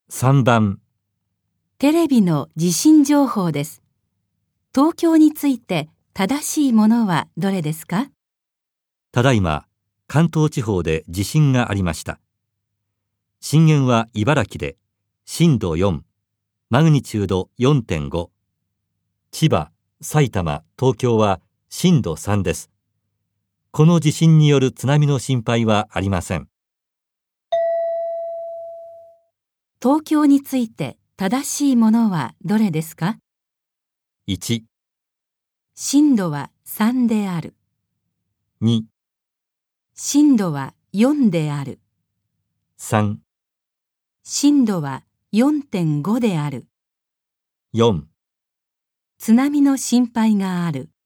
3番、 テレビの地震情報です。東京について正しいものはどれですか？ ただいま関東地方で地震がありました。震源は茨城で震度4、マグニチュード 4.5。千葉、埼玉、東京は震度3です。この地震による津波の心配はありません。 東京について正しいものはどれですか？ 1、 震度は3である。 2、 震度は4である。 3、 震度は 4.5 である。 4。 津波の心配がある。